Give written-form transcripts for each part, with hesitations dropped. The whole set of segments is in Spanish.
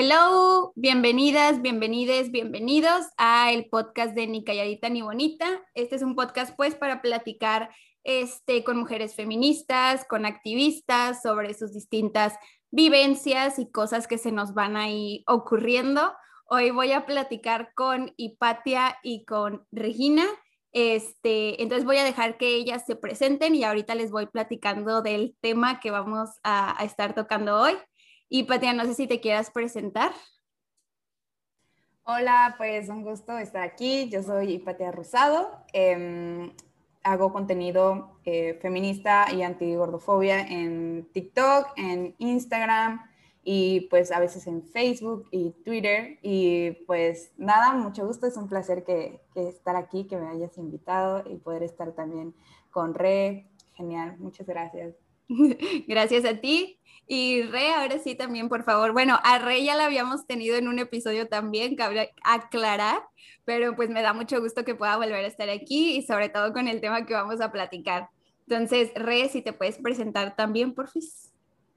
Hello, bienvenidas, bienvenides, bienvenidos a el podcast de Ni Calladita ni Bonita. Este es un podcast pues para platicar con mujeres feministas, con activistas sobre sus distintas vivencias y cosas que se nos van ahí ocurriendo. Hoy voy a platicar con Hipatia y con Regina. Entonces voy a dejar que ellas se presenten y ahorita les voy platicando del tema que vamos a estar tocando hoy. Y Patia, no sé si te quieras presentar. Hola, pues un gusto estar aquí. Yo soy Hipatia Rosado. Hago contenido feminista y antigordofobia en TikTok, en Instagram y pues a veces en Facebook y Twitter. Y pues nada, mucho gusto. Es un placer que estar aquí, que me hayas invitado y poder estar también con Re. Genial, muchas gracias. Gracias a ti. Y Re, ahora sí también, por favor. Bueno, a Re ya la habíamos tenido en un episodio también, cabe aclarar, pero pues me da mucho gusto que pueda volver a estar aquí y sobre todo con el tema que vamos a platicar. Entonces, Re, si te puedes presentar también, porfis.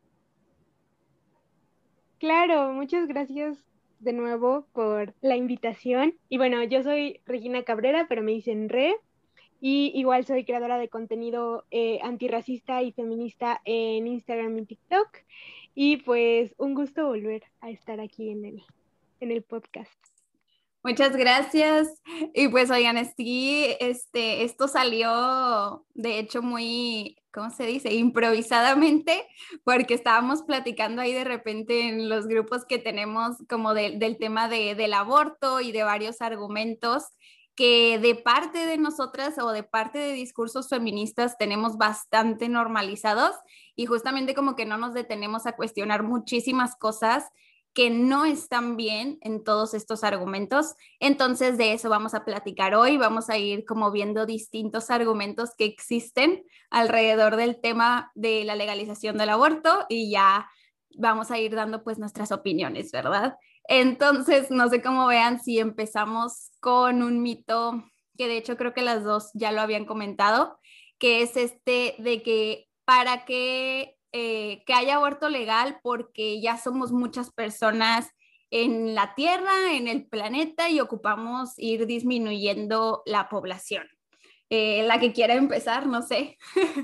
Claro, muchas gracias de nuevo por la invitación. Y bueno, yo soy Regina Cabrera, pero me dicen Re. Y igual soy creadora de contenido antirracista y feminista en Instagram y TikTok. Y pues un gusto volver a estar aquí en el podcast. Muchas gracias. Y pues oigan, sí, esto salió de hecho muy, ¿cómo se dice? Improvisadamente, porque estábamos platicando ahí de repente en los grupos que tenemos como del tema del aborto y de varios argumentos que de parte de nosotras o de parte de discursos feministas tenemos bastante normalizados y justamente como que no nos detenemos a cuestionar muchísimas cosas que no están bien en todos estos argumentos. Entonces de eso vamos a platicar hoy, vamos a ir como viendo distintos argumentos que existen alrededor del tema de la legalización del aborto y ya vamos a ir dando pues nuestras opiniones, ¿verdad? Entonces, no sé cómo vean si empezamos con un mito que de hecho creo que las dos ya lo habían comentado, que es de que para que haya aborto legal porque ya somos muchas personas en la Tierra, en el planeta y ocupamos ir disminuyendo la población. La que quiera empezar, no sé.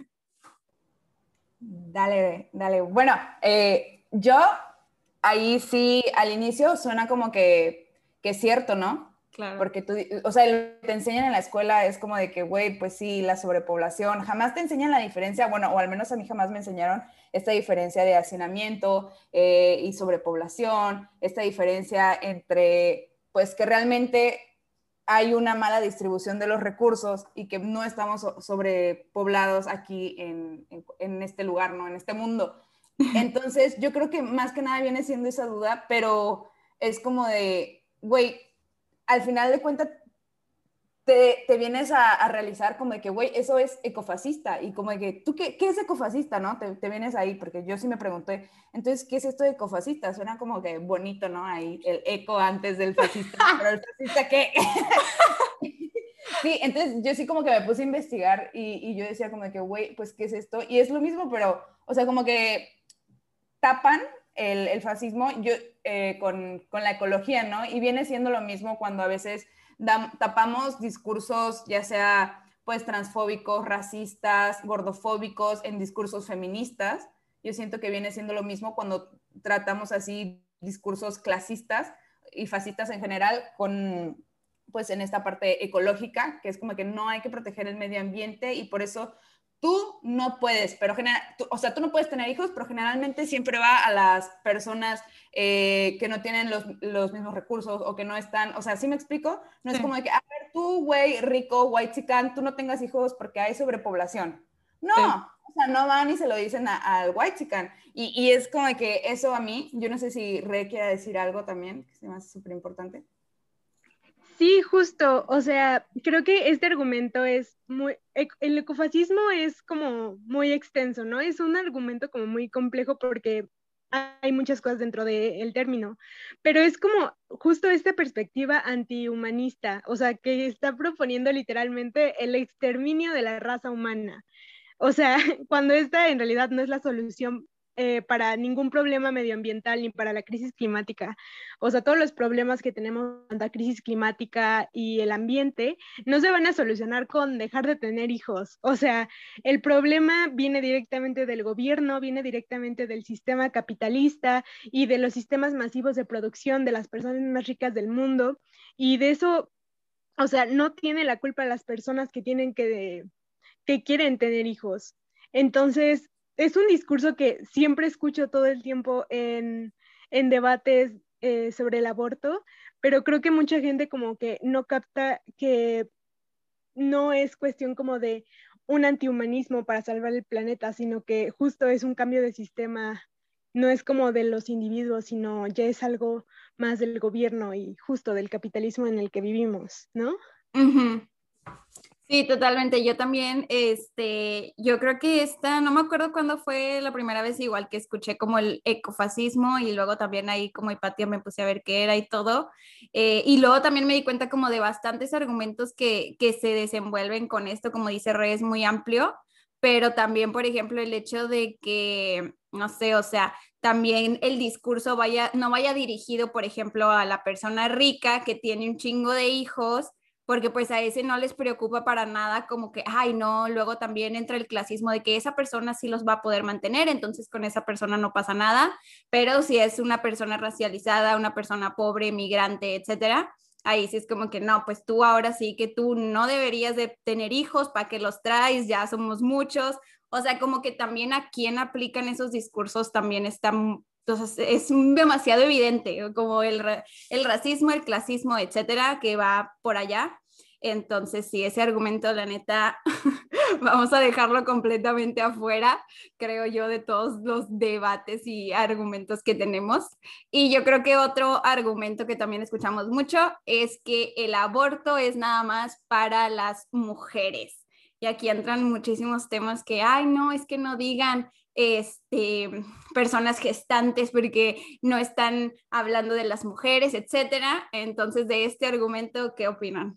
Dale, dale. Bueno, yo ahí sí, al inicio suena como que es cierto, ¿no? Claro. Porque tú, o sea, lo que te enseñan en la escuela es como de que, güey, pues sí, la sobrepoblación, jamás te enseñan la diferencia, bueno, o al menos a mí jamás me enseñaron esta diferencia de hacinamiento y sobrepoblación, esta diferencia entre, pues que realmente hay una mala distribución de los recursos y que no estamos sobrepoblados aquí en este lugar, ¿no? En este mundo. Entonces, yo creo que más que nada viene siendo esa duda, pero es como de, güey, al final de cuentas te vienes a realizar como de que, güey, eso es ecofascista. Y como de que, ¿tú qué es ecofascista, no? Te vienes ahí, porque yo sí me pregunté, entonces, ¿qué es esto de ecofascista? Suena como que bonito, ¿no? Ahí el eco antes del fascista, pero el fascista, ¿qué? Sí, entonces yo sí como que me puse a investigar y yo decía como de que, güey, pues, ¿qué es esto? Y es lo mismo, pero, o sea, como que tapan el fascismo con la ecología, ¿no? Y viene siendo lo mismo cuando a veces tapamos discursos, ya sea pues transfóbicos, racistas, gordofóbicos, en discursos feministas. Yo siento que viene siendo lo mismo cuando tratamos así discursos clasistas y fascistas en general con pues en esta parte ecológica, que es como que no hay que proteger el medio ambiente y por eso tú no puedes, pero o sea, tú no puedes tener hijos, pero generalmente siempre va a las personas que no tienen los mismos recursos o que no están, o sea, ¿sí me explico? No es como de que, a ver, tú, güey, rico, white chican, tú no tengas hijos porque hay sobrepoblación. No, o sea, no van y se lo dicen al white chican. Y es como de que eso a mí, yo no sé si Re quiere decir algo también, que se me hace súper importante. Sí, justo, o sea, creo que este argumento es el ecofascismo es como muy extenso, ¿no? Es un argumento como muy complejo porque hay muchas cosas dentro del término, pero es como justo esta perspectiva antihumanista, o sea, que está proponiendo literalmente el exterminio de la raza humana. O sea, cuando esta en realidad no es la solución para ningún problema medioambiental ni para la crisis climática. O sea, todos los problemas que tenemos con la crisis climática y el ambiente no se van a solucionar con dejar de tener hijos. O sea, el problema viene directamente del gobierno, viene directamente del sistema capitalista y de los sistemas masivos de producción de las personas más ricas del mundo. Y de eso, o sea, no tiene la culpa las personas que quieren tener hijos. Entonces, es un discurso que siempre escucho todo el tiempo en debates sobre el aborto, pero creo que mucha gente como que no capta que no es cuestión como de un antihumanismo para salvar el planeta, sino que justo es un cambio de sistema, no es como de los individuos, sino ya es algo más del gobierno y justo del capitalismo en el que vivimos, ¿no? Ujú. Sí, totalmente. Yo también, yo creo que no me acuerdo cuándo fue la primera vez igual que escuché como el ecofascismo y luego también ahí como Hipatia me puse a ver qué era y todo. Y luego también me di cuenta como de bastantes argumentos que se desenvuelven con esto, como dice Rey, es muy amplio, pero también, por ejemplo, el hecho de que, no sé, o sea, también el discurso no vaya dirigido, por ejemplo, a la persona rica que tiene un chingo de hijos porque pues a ese no les preocupa para nada como que, ay, no, luego también entra el clasismo de que esa persona sí los va a poder mantener, entonces con esa persona no pasa nada, pero si es una persona racializada, una persona pobre, migrante, etcétera, ahí sí es como que no, pues tú ahora sí que tú no deberías de tener hijos, ¿para qué los traes? Ya somos muchos, o sea, como que también a quién aplican esos discursos también está. Entonces es demasiado evidente, como el racismo, el clasismo, etcétera, que va por allá. Entonces, sí, ese argumento, la neta, vamos a dejarlo completamente afuera, creo yo, de todos los debates y argumentos que tenemos. Y yo creo que otro argumento que también escuchamos mucho es que el aborto es nada más para las mujeres. Y aquí entran muchísimos temas que, ay, no, es que no digan personas gestantes porque no están hablando de las mujeres, etcétera. Entonces, de este argumento, ¿qué opinan?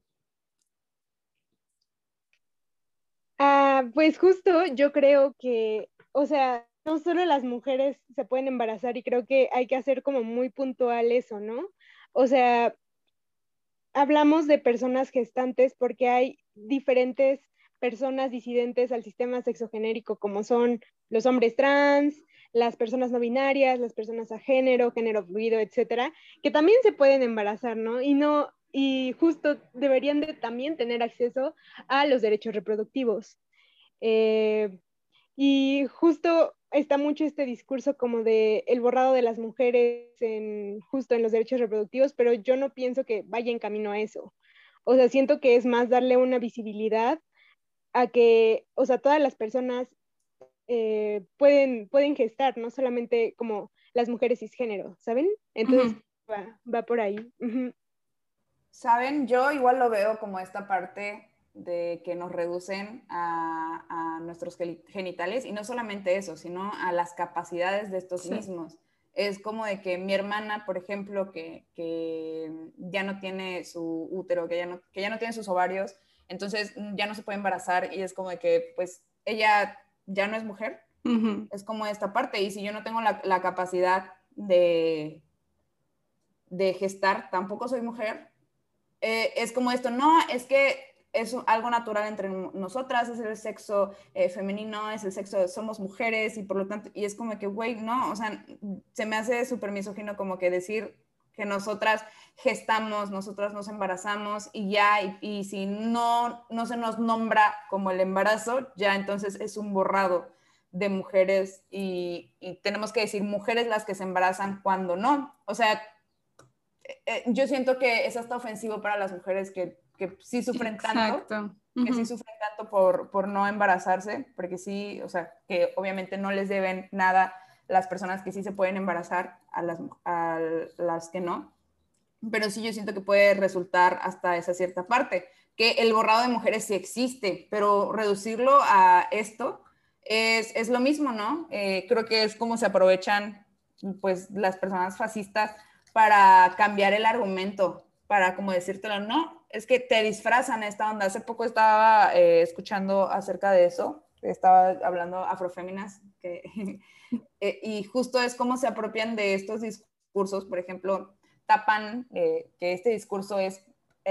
Pues justo yo creo que, o sea, no solo las mujeres se pueden embarazar y creo que hay que hacer como muy puntual eso, ¿no? O sea, hablamos de personas gestantes porque hay diferentes personas disidentes al sistema sexogenérico, como son los hombres trans, las personas no binarias, las personas a género fluido, etcétera, que también se pueden embarazar, ¿no? Y justo deberían de también tener acceso a los derechos reproductivos. Eh, y justo está mucho este discurso como de el borrado de las mujeres justo en los derechos reproductivos, pero yo no pienso que vaya en camino a eso. O sea, siento que es más darle una visibilidad a que, o sea, todas las personas pueden gestar, no solamente como las mujeres cisgénero, ¿saben? Entonces va por ahí. Uh-huh. Saben, yo igual lo veo como esta parte de que nos reducen a nuestros genitales y no solamente eso, sino a las capacidades de estos mismos. Es como de que mi hermana, por ejemplo, que ya no tiene su útero, que ya no tiene sus ovarios, entonces ya no se puede embarazar y es como de que pues ella ya no es mujer. Es como esta parte y si yo no tengo la capacidad de gestar, tampoco soy mujer. Es como esto, no, es que es algo natural entre nosotras, es el sexo femenino, es el sexo, somos mujeres y por lo tanto, y es como que, güey, no, o sea, se me hace súper misógino como que decir que nosotras gestamos, nosotras nos embarazamos y ya, y si no se nos nombra como el embarazo, ya entonces es un borrado de mujeres y tenemos que decir mujeres las que se embarazan cuando no, o sea, yo siento que es hasta ofensivo para las mujeres que sí sufren tanto, que sí sufren tanto por no embarazarse, porque sí, o sea, que obviamente no les deben nada las personas que sí se pueden embarazar a las que no, pero sí yo siento que puede resultar hasta esa cierta parte, que el borrado de mujeres sí existe, pero reducirlo a esto es lo mismo, ¿no? Creo que es como se aprovechan pues las personas fascistas para cambiar el argumento, para como decírtelo, no, es que te disfrazan esta onda. Hace poco estaba escuchando acerca de eso, estaba hablando Afroféminas, que y justo es cómo se apropian de estos discursos, por ejemplo, tapan que este discurso es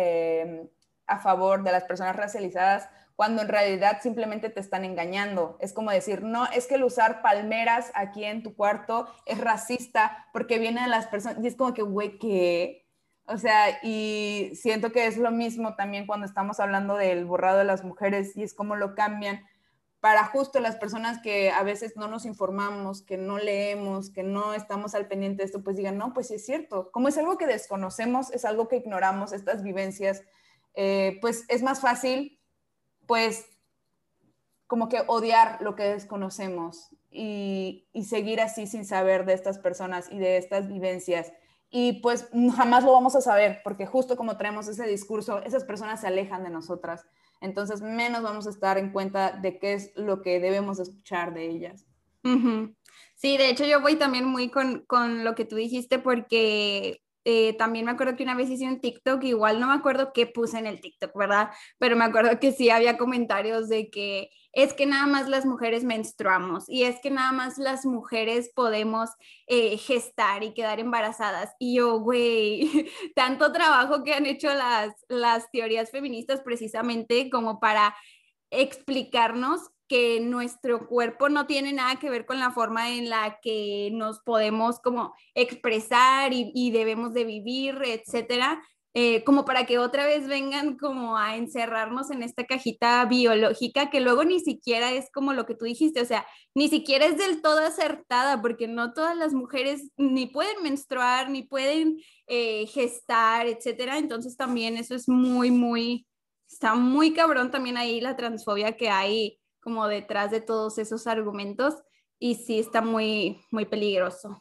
a favor de las personas racializadas, cuando en realidad simplemente te están engañando. Es como decir, no, es que el usar palmeras aquí en tu cuarto es racista porque viene de las personas, y es como que, güey, ¿qué? O sea, y siento que es lo mismo también cuando estamos hablando del borrado de las mujeres y es como lo cambian para justo las personas que a veces no nos informamos, que no leemos, que no estamos al pendiente de esto, pues digan, no, pues sí es cierto. Como es algo que desconocemos, es algo que ignoramos, estas vivencias, pues es más fácil, pues, como que odiar lo que desconocemos y seguir así sin saber de estas personas y de estas vivencias. Y pues jamás lo vamos a saber, porque justo como traemos ese discurso, esas personas se alejan de nosotras. Entonces, menos vamos a estar en cuenta de qué es lo que debemos escuchar de ellas. Ujú. Sí, de hecho yo voy también muy con lo que tú dijiste porque también me acuerdo que una vez hice un TikTok, igual no me acuerdo qué puse en el TikTok, ¿verdad? Pero me acuerdo que sí había comentarios de que es que nada más las mujeres menstruamos y es que nada más las mujeres podemos gestar y quedar embarazadas. Y yo, güey, tanto trabajo que han hecho las teorías feministas precisamente como para explicarnos que nuestro cuerpo no tiene nada que ver con la forma en la que nos podemos como expresar y debemos de vivir, etcétera, como para que otra vez vengan como a encerrarnos en esta cajita biológica que luego ni siquiera es como lo que tú dijiste, o sea, ni siquiera es del todo acertada porque no todas las mujeres ni pueden menstruar, ni pueden gestar, etcétera, entonces también eso es está muy cabrón también ahí la transfobia que hay como detrás de todos esos argumentos y sí está muy peligroso.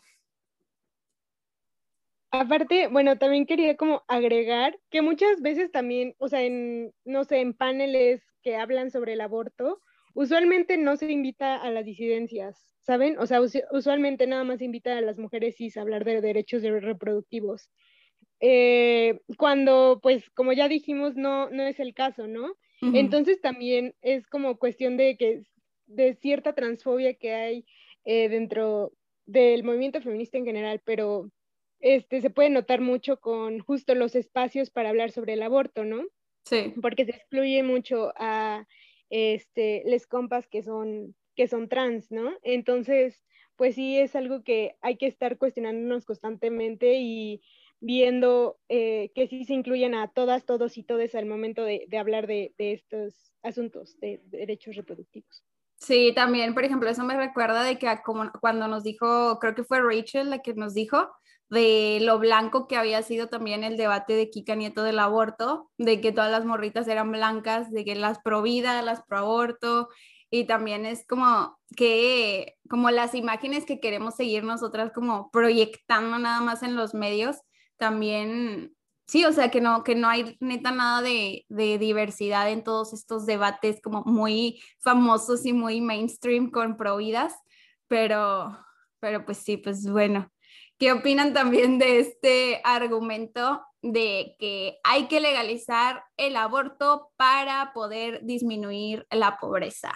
Aparte, bueno, también quería como agregar que muchas veces también, o sea, en, no sé, en paneles que hablan sobre el aborto, usualmente no se invita a las disidencias, ¿saben? O sea, usualmente nada más se invita a las mujeres cis a hablar de derechos reproductivos. Cuando, pues, como ya dijimos, no es el caso, ¿no? Ujú. Entonces también es como cuestión de que, de cierta transfobia que hay dentro del movimiento feminista en general, pero se puede notar mucho con justo los espacios para hablar sobre el aborto, ¿no? Sí. Porque se excluye mucho a les compas que son trans, ¿no? Entonces, pues sí es algo que hay que estar cuestionándonos constantemente y viendo que sí se incluyen a todas, todos y todes al momento de hablar de estos asuntos de derechos reproductivos. Sí, también, por ejemplo, eso me recuerda de que como cuando nos dijo, creo que fue Rachel la que nos dijo de lo blanco que había sido también el debate de Kika Nieto del aborto, de que todas las morritas eran blancas, de que las pro vida, las pro aborto, y también es como que, como las imágenes que queremos seguir nosotras como proyectando nada más en los medios, también sí, o sea, que no hay neta nada de diversidad en todos estos debates como muy famosos y muy mainstream con providas, pero, pero pues sí, pues bueno. ¿Qué opinan también de este argumento de que hay que legalizar el aborto para poder disminuir la pobreza?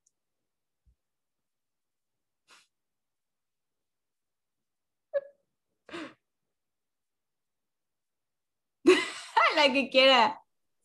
La que quiera.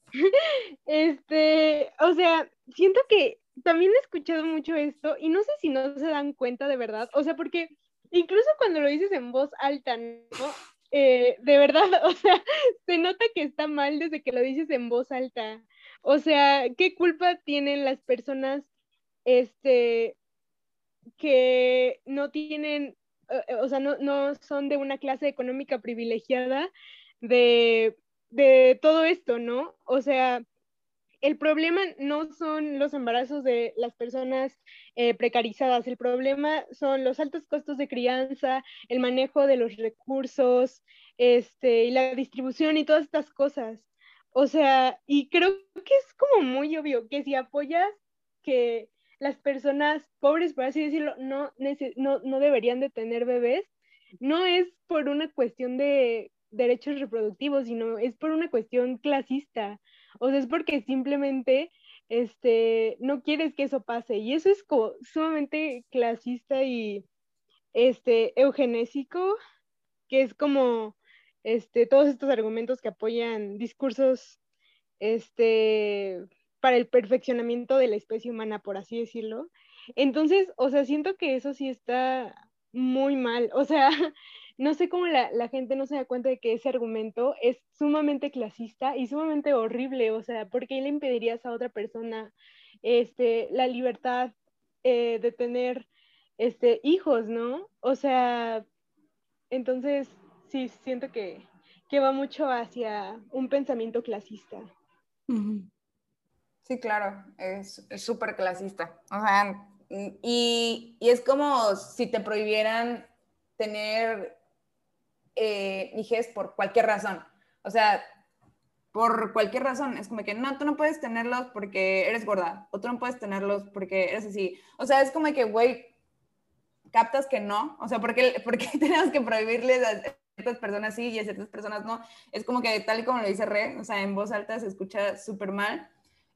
O sea, siento que también he escuchado mucho esto y no sé si no se dan cuenta de verdad, o sea, porque incluso cuando lo dices en voz alta, ¿no? De verdad, o sea, se nota que está mal desde que lo dices en voz alta. O sea, ¿qué culpa tienen las personas, este, que no tienen, o sea, no son de una clase económica privilegiada de todo esto, ¿no? O sea, el problema no son los embarazos de las personas precarizadas, el problema son los altos costos de crianza, el manejo de los recursos, y la distribución y todas estas cosas. O sea, y creo que es como muy obvio que si apoyas que las personas pobres, por así decirlo, no deberían de tener bebés, no es por una cuestión de derechos reproductivos, sino es por una cuestión clasista. O sea, es porque simplemente no quieres que eso pase. Y eso es como sumamente clasista eugenésico, que es como todos estos argumentos que apoyan discursos para el perfeccionamiento de la especie humana, por así decirlo. Entonces, o sea, siento que eso sí está muy mal. O sea, no sé cómo la gente no se da cuenta de que ese argumento es sumamente clasista y sumamente horrible. O sea, ¿por qué le impedirías a otra persona la libertad de tener hijos, ¿no? O sea, entonces sí, siento que va mucho hacia un pensamiento clasista. Sí, claro, es súper clasista. O sea, y es como si te prohibieran tener hijes por cualquier razón. O sea, por cualquier razón. Es como que no, tú no puedes tenerlos porque eres gorda, o tú no puedes tenerlos porque eres así. O sea, es como que, güey, captas que no. O sea, ¿por qué tenemos que prohibirles a ciertas personas sí y a ciertas personas no? Es como que tal y como lo dice Re, o sea, en voz alta se escucha súper mal.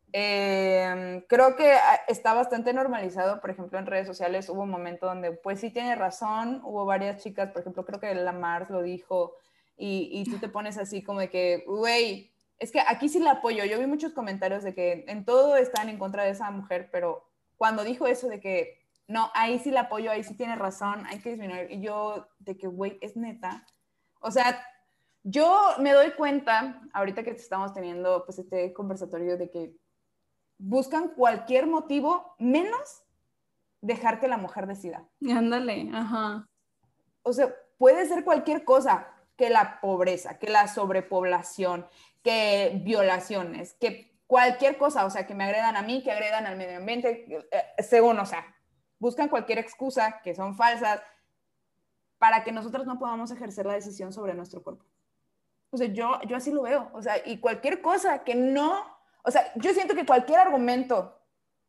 Creo que está bastante normalizado, por ejemplo, en redes sociales hubo un momento donde, pues sí tiene razón, hubo varias chicas, por ejemplo, creo que la Mars lo dijo, y tú te pones así como de que, güey, es que aquí sí la apoyo. Yo vi muchos comentarios de que en todo están en contra de esa mujer, pero cuando dijo eso de que, no, ahí sí la apoyo, ahí sí tiene razón, hay que disminuir, y yo de que, güey, es neta. O sea, yo me doy cuenta, ahorita que estamos teniendo pues este conversatorio, de que buscan cualquier motivo menos dejar que la mujer decida. Ándale, ajá. O sea, puede ser cualquier cosa, que la pobreza, que la sobrepoblación, que violaciones, que cualquier cosa, o sea, que me agredan a mí, que agredan al medio ambiente, según, o sea, buscan cualquier excusa, que son falsas, para que nosotros no podamos ejercer la decisión sobre nuestro cuerpo. O sea, yo así lo veo, o sea, y cualquier cosa que no, o sea, yo siento que cualquier argumento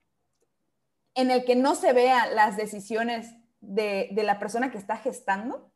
en el que no se vean las decisiones de la persona que está gestando,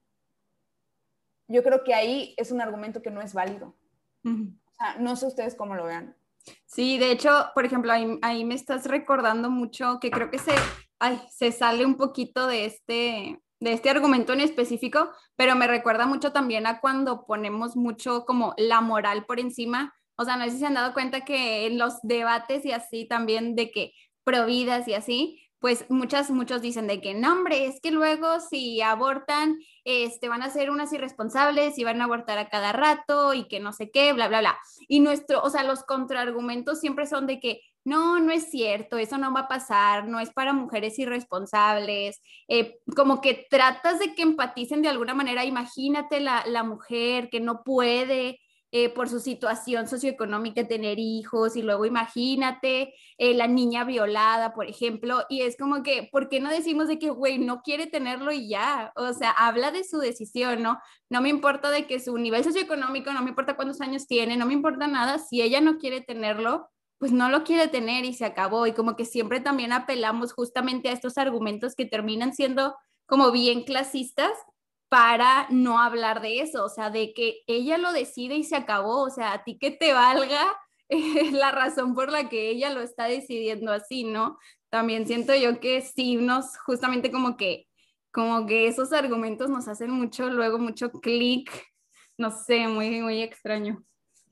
yo creo que ahí es un argumento que no es válido. O sea, no sé ustedes cómo lo vean. Sí, de hecho, por ejemplo, ahí me estás recordando mucho que creo que se sale un poquito de este argumento en específico, pero me recuerda mucho también a cuando ponemos mucho como la moral por encima. O sea, no sé si se han dado cuenta que en los debates y así también de que providas y así, pues muchos dicen de que no, hombre, es que luego si abortan, van a ser unas irresponsables y van a abortar a cada rato y que no sé qué, bla, bla, bla. Y o sea, los contraargumentos siempre son de que no, no es cierto, eso no va a pasar, no es para mujeres irresponsables, como que tratas de que empaticen de alguna manera, imagínate la mujer que no puede por su situación socioeconómica tener hijos y luego imagínate la niña violada, por ejemplo, y es como que, ¿por qué no decimos de que, güey, no quiere tenerlo y ya? O sea, habla de su decisión, ¿no? No me importa de que su nivel socioeconómico, no me importa cuántos años tiene, no me importa nada, si ella no quiere tenerlo, pues no lo quiere tener y se acabó. Y como que siempre también apelamos justamente a estos argumentos que terminan siendo como bien clasistas para no hablar de eso, o sea, de que ella lo decide y se acabó, o sea, a ti que te valga la razón por la que ella lo está decidiendo así, ¿no? También siento yo que sí nos, justamente como que esos argumentos nos hacen mucho, luego mucho clic, no sé, muy, muy extraño.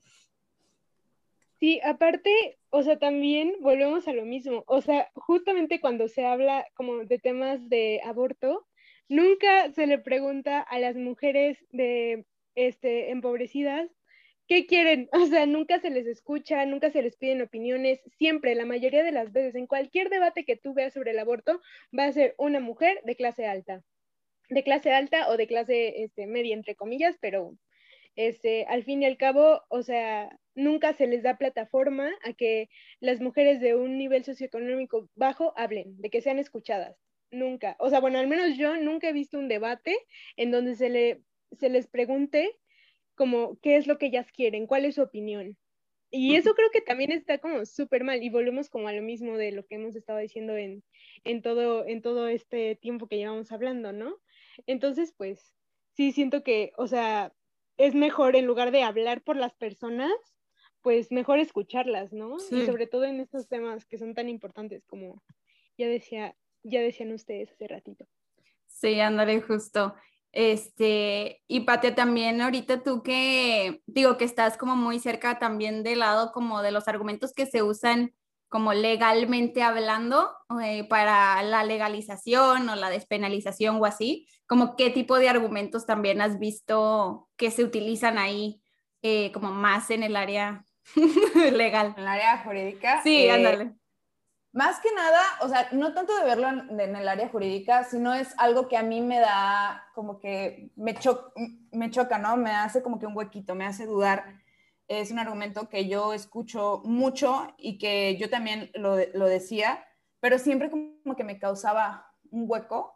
Sí, aparte, o sea, también volvemos a lo mismo. O sea, justamente cuando se habla como de temas de aborto, nunca se le pregunta a las mujeres de empobrecidas qué quieren. O sea, nunca se les escucha, nunca se les piden opiniones. Siempre, la mayoría de las veces, en cualquier debate que tú veas sobre el aborto, va a ser una mujer de clase alta o de clase media, entre comillas, pero al fin y al cabo, o sea, nunca se les da plataforma a que las mujeres de un nivel socioeconómico bajo hablen, de que sean escuchadas. Nunca. O sea, bueno, al menos yo nunca he visto un debate en donde se les pregunte como qué es lo que ellas quieren, cuál es su opinión. Y eso creo que también está como súper mal y volvemos como a lo mismo de lo que hemos estado diciendo en todo este tiempo que llevamos hablando, ¿no? Entonces, pues sí siento que, o sea, es mejor en lugar de hablar por las personas, pues mejor escucharlas, ¿no? Y Sí. sobre todo en estos temas que son tan importantes como ya decían ustedes hace ratito. Sí, ándale, justo. Y Patia, también ahorita tú que, digo, que estás como muy cerca también del lado como de los argumentos que se usan como legalmente hablando para la legalización o la despenalización o así, como qué tipo de argumentos también has visto que se utilizan ahí como más en el área legal. En el área jurídica. Sí, ándale. Más que nada, o sea, no tanto de verlo en el área jurídica, sino es algo que a mí me da como que me choca, ¿no? Me hace como que un huequito, me hace dudar. Es un argumento que yo escucho mucho y que yo también lo decía, pero siempre como que me causaba un hueco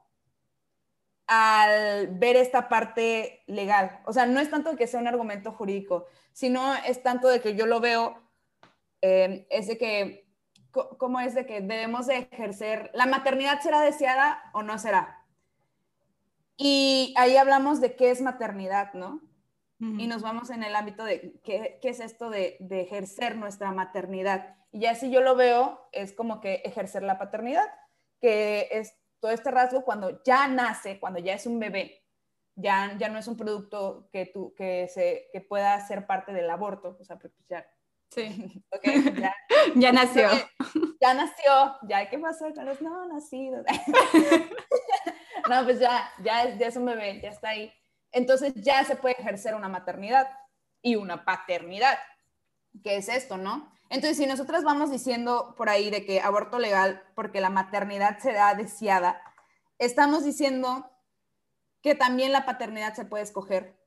al ver esta parte legal. O sea, no es tanto de que sea un argumento jurídico, sino es tanto de que yo lo veo, es de que ¿cómo es de que debemos de ejercer? ¿La maternidad será deseada o no será? Y ahí hablamos de qué es maternidad, ¿no? Y nos vamos en el ámbito de qué es esto de ejercer nuestra maternidad. Y ya si yo lo veo, es como que ejercer la paternidad, que es todo este rasgo cuando ya nace, cuando ya es un bebé, ya no es un producto que pueda ser parte del aborto, o sea, pues ya. Sí. Okay, Ya nació. Ya nació, ya qué pasó con los no nacidos. No, pues ya es un bebé, ya está ahí. Entonces ya se puede ejercer una maternidad y una paternidad. ¿Qué es esto, no? Entonces, si nosotras vamos diciendo por ahí de que aborto legal porque la maternidad será deseada, estamos diciendo que también la paternidad se puede escoger.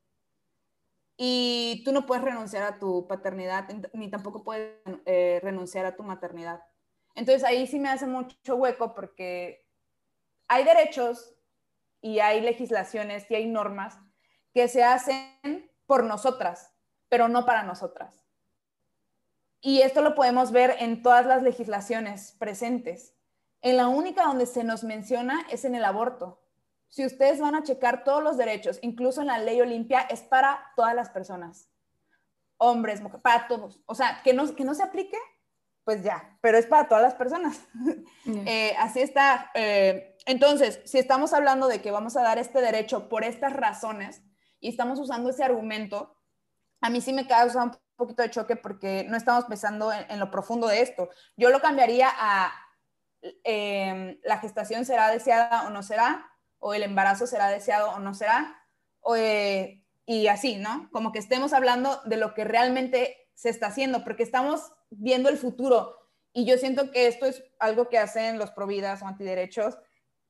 Y tú no puedes renunciar a tu paternidad, ni tampoco puedes renunciar a tu maternidad. Entonces ahí sí me hace mucho hueco porque hay derechos y hay legislaciones y hay normas que se hacen por nosotras, pero no para nosotras. Y esto lo podemos ver en todas las legislaciones presentes. En la única donde se nos menciona es en el aborto. Si ustedes van a checar todos los derechos, incluso en la ley Olimpia, es para todas las personas. Hombres, mujeres, para todos. O sea, que no se aplique, pues ya, pero es para todas las personas. Así está. Entonces, si estamos hablando de que vamos a dar este derecho por estas razones y estamos usando ese argumento, a mí sí me causa un poquito de choque porque no estamos pensando en lo profundo de esto. Yo lo cambiaría a la gestación será deseada o no será, o el embarazo será deseado o no será, y así, ¿no? Como que estemos hablando de lo que realmente se está haciendo, porque estamos viendo el futuro. Y yo siento que esto es algo que hacen los providas o antiderechos,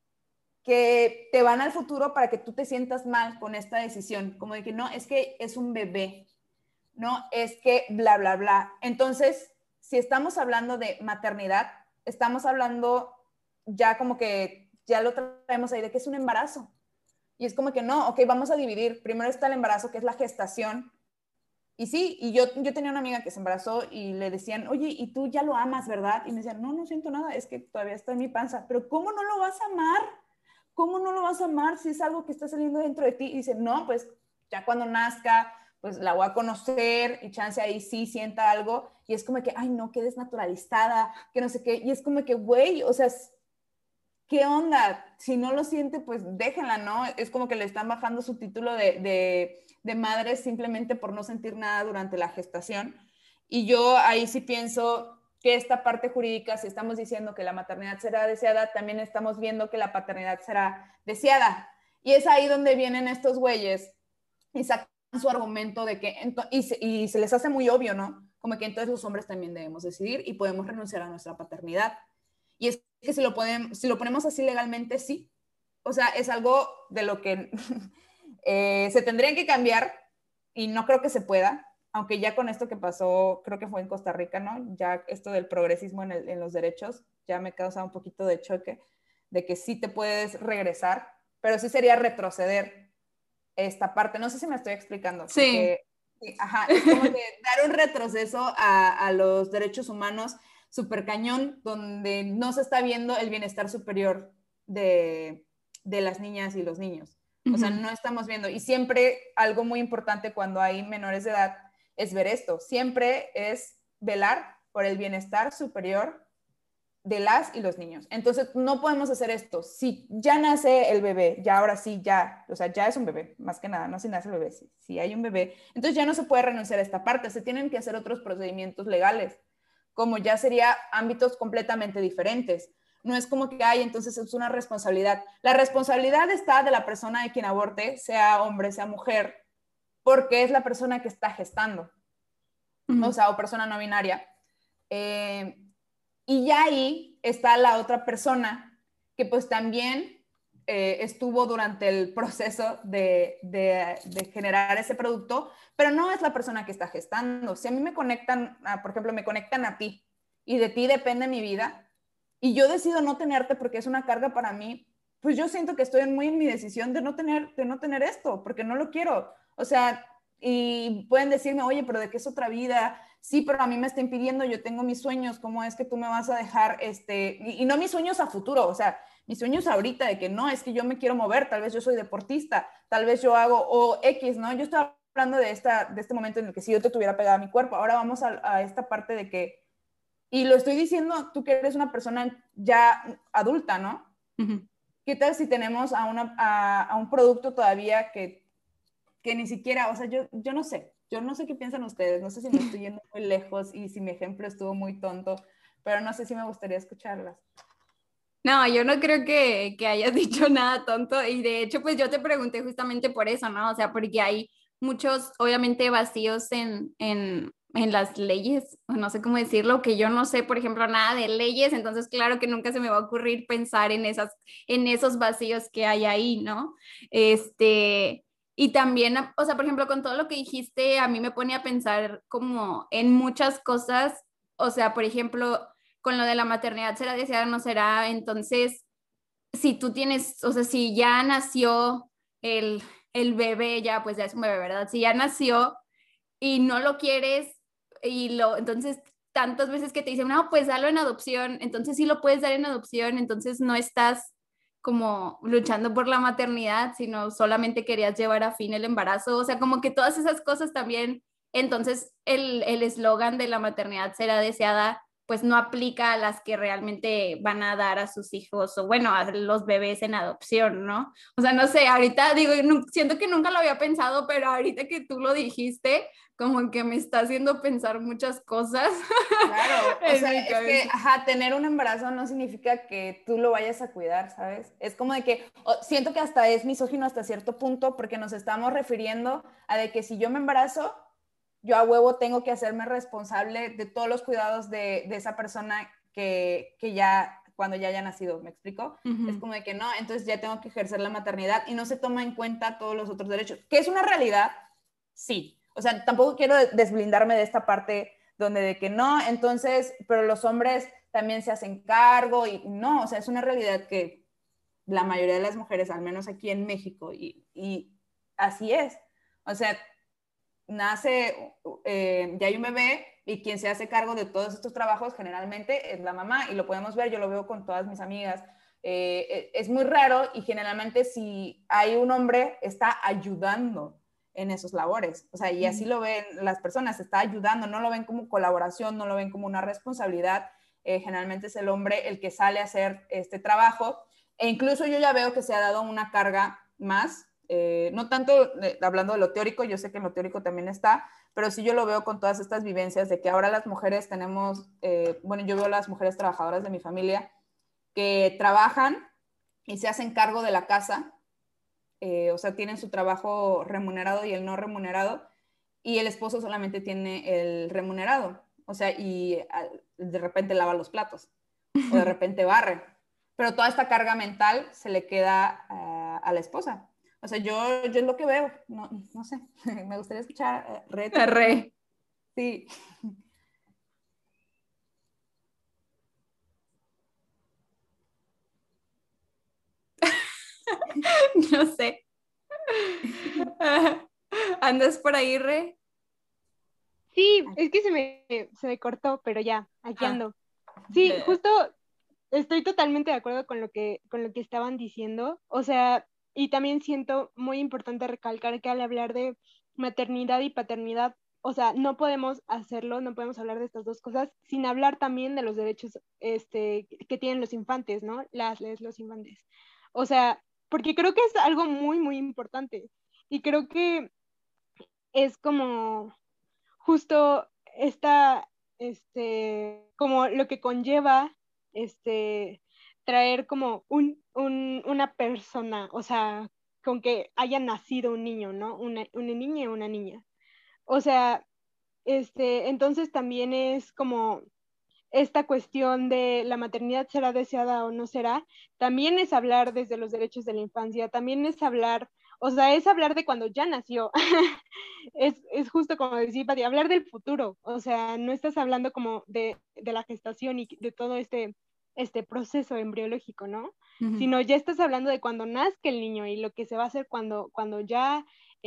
que te van al futuro para que tú te sientas mal con esta decisión, como de que no, es que es un bebé, no, es que bla, bla, bla. Entonces, si estamos hablando de maternidad, estamos hablando ya como que ya lo traemos ahí de que es un embarazo. Y es como que no, ok, vamos a dividir. Primero está el embarazo, que es la gestación. Y sí, y yo tenía una amiga que se embarazó y le decían, oye, ¿y tú ya lo amas, verdad? Y me decían, no, no siento nada, es que todavía está en mi panza. Pero ¿cómo no lo vas a amar? ¿Cómo no lo vas a amar si es algo que está saliendo dentro de ti? Y dice, no, pues ya cuando nazca, pues la voy a conocer y chance ahí sí sienta algo. Y es como que, ay, no, que desnaturalizada, que no sé qué. Y es como que, güey, o sea, ¿qué onda? Si no lo siente, pues déjenla, ¿no? Es como que le están bajando su título de madre simplemente por no sentir nada durante la gestación. Y yo ahí sí pienso que esta parte jurídica, si estamos diciendo que la maternidad será deseada, también estamos viendo que la paternidad será deseada. Y es ahí donde vienen estos güeyes y sacan su argumento de que, y se les hace muy obvio, ¿no? Como que entonces los hombres también debemos decidir y podemos renunciar a nuestra paternidad. Y es que si lo ponemos así legalmente, sí. O sea, es algo de lo que se tendrían que cambiar y no creo que se pueda, aunque ya con esto que pasó, creo que fue en Costa Rica, ¿no? Ya esto del progresismo en los derechos, ya me causa un poquito de choque de que sí te puedes regresar, pero sí sería retroceder esta parte. No sé si me estoy explicando, Sí. porque ajá, es como que dar un retroceso a los derechos humanos súper cañón, donde no se está viendo el bienestar superior de las niñas y los niños. O sea, no estamos viendo. Y siempre algo muy importante cuando hay menores de edad es ver esto. Siempre es velar por el bienestar superior de las y los niños. Entonces, no podemos hacer esto. Si ya nace el bebé, ya ahora sí, ya, o sea, ya es un bebé, más que nada, no si nace el bebé, si hay un bebé, entonces ya no se puede renunciar a esta parte, se tienen que hacer otros procedimientos legales, como ya sería ámbitos completamente diferentes. No es como que hay, entonces es una responsabilidad. La responsabilidad está de la persona de quien aborte, sea hombre, sea mujer, porque es la persona que está gestando, o sea, o persona no binaria. Y ya ahí está la otra persona que pues también estuvo durante el proceso de generar ese producto, pero no es la persona que está gestando. Si a mí me conectan, por ejemplo, me conectan a ti y de ti depende mi vida y yo decido no tenerte porque es una carga para mí, pues yo siento que estoy muy en mi decisión de no tener esto, porque no lo quiero. O sea, y pueden decirme, oye, pero ¿de qué es otra vida? Sí, pero a mí me está impidiendo, yo tengo mis sueños, ¿cómo es que tú me vas a dejar, y no mis sueños a futuro, o sea, mis sueños ahorita de que no, es que yo me quiero mover, tal vez yo soy deportista, tal vez yo hago, o X, ¿no? Yo estoy hablando de este momento en el que si yo te tuviera pegada a mi cuerpo, ahora vamos a esta parte de que, y lo estoy diciendo, tú que eres una persona ya adulta, ¿no? Uh-huh. ¿Qué tal si tenemos a un producto todavía que ni siquiera, o sea, yo no sé qué piensan ustedes, no sé si me estoy yendo muy lejos y si mi ejemplo estuvo muy tonto, pero no sé si me gustaría escucharlas. No, yo no creo que hayas dicho nada tonto y de hecho pues yo te pregunté justamente por eso, ¿no? O sea, porque hay muchos, obviamente, vacíos en las leyes, no sé cómo decirlo, que yo no sé, por ejemplo, nada de leyes, entonces claro que nunca se me va a ocurrir pensar en esos vacíos que hay ahí, ¿no? Y también, o sea, por ejemplo, con todo lo que dijiste, a mí me pone a pensar como en muchas cosas, o sea, por ejemplo, con lo de la maternidad, será deseada o no será, entonces, si tú tienes, o sea, si ya nació el bebé, ya, pues ya es un bebé, ¿verdad? Si ya nació y no lo quieres, entonces, tantas veces que te dicen, no, pues dalo en adopción, entonces sí lo puedes dar en adopción, entonces no estás como luchando por la maternidad, sino solamente querías llevar a fin el embarazo, o sea, como que todas esas cosas también, entonces el eslogan de la maternidad será deseada, pues no aplica a las que realmente van a dar a sus hijos o bueno, a los bebés en adopción, ¿no? O sea, no sé, ahorita digo, siento que nunca lo había pensado, pero ahorita que tú lo dijiste, como que me está haciendo pensar muchas cosas. Claro, o sea, es que, tener un embarazo no significa que tú lo vayas a cuidar, ¿sabes? Es como de que, siento que hasta es misógino hasta cierto punto porque nos estamos refiriendo a de que si yo me embarazo, yo a huevo tengo que hacerme responsable de todos los cuidados de esa persona que ya, cuando ya haya nacido, ¿me explico? Uh-huh. Es como de que no, entonces ya tengo que ejercer la maternidad y no se toma en cuenta todos los otros derechos, que es una realidad, sí. O sea, tampoco quiero desblindarme de esta parte donde de que no, entonces, pero los hombres también se hacen cargo y no, o sea, es una realidad que la mayoría de las mujeres, al menos aquí en México, y así es. O sea, nace, ya hay un bebé y quien se hace cargo de todos estos trabajos generalmente es la mamá y lo podemos ver, yo lo veo con todas mis amigas. Es muy raro y generalmente si hay un hombre está ayudando en esos labores, o sea, y así lo ven las personas, está ayudando, no lo ven como colaboración, no lo ven como una responsabilidad, generalmente es el hombre el que sale a hacer este trabajo, e incluso yo ya veo que se ha dado una carga más, no tanto hablando de lo teórico, yo sé que en lo teórico también está, pero sí yo lo veo con todas estas vivencias de que ahora las mujeres tenemos, bueno, yo veo a las mujeres trabajadoras de mi familia que trabajan y se hacen cargo de la casa, o sea, tienen su trabajo remunerado y el no remunerado, y el esposo solamente tiene el remunerado, o sea, y de repente lava los platos, o de repente barre, pero toda esta carga mental se le queda a la esposa. O sea, yo es lo que veo, no sé, me gustaría escuchar Re. Sí. No sé. ¿Andas por ahí, Re? Sí, es que se me cortó, pero ya, aquí ando. Sí, justo estoy totalmente de acuerdo con lo que estaban diciendo. O sea, y también siento muy importante recalcar que al hablar de maternidad y paternidad, o sea, no podemos hacerlo, no podemos hablar de estas dos cosas sin hablar también de los derechos que tienen los infantes, ¿no? Los infantes. O sea, porque creo que es algo muy, muy importante. Y creo que es como justo como lo que conlleva, traer como una persona, o sea, con que haya nacido un niño, ¿no? Una niña y una niña. O sea, entonces también es como esta cuestión de la maternidad será deseada o no será, también es hablar desde los derechos de la infancia, también es hablar, o sea, es hablar de cuando ya nació. Es justo como decía Pati, hablar del futuro, o sea, no estás hablando como de la gestación y de todo este proceso embriológico, ¿no? Uh-huh. Sino ya estás hablando de cuando nazca el niño y lo que se va a hacer cuando ya,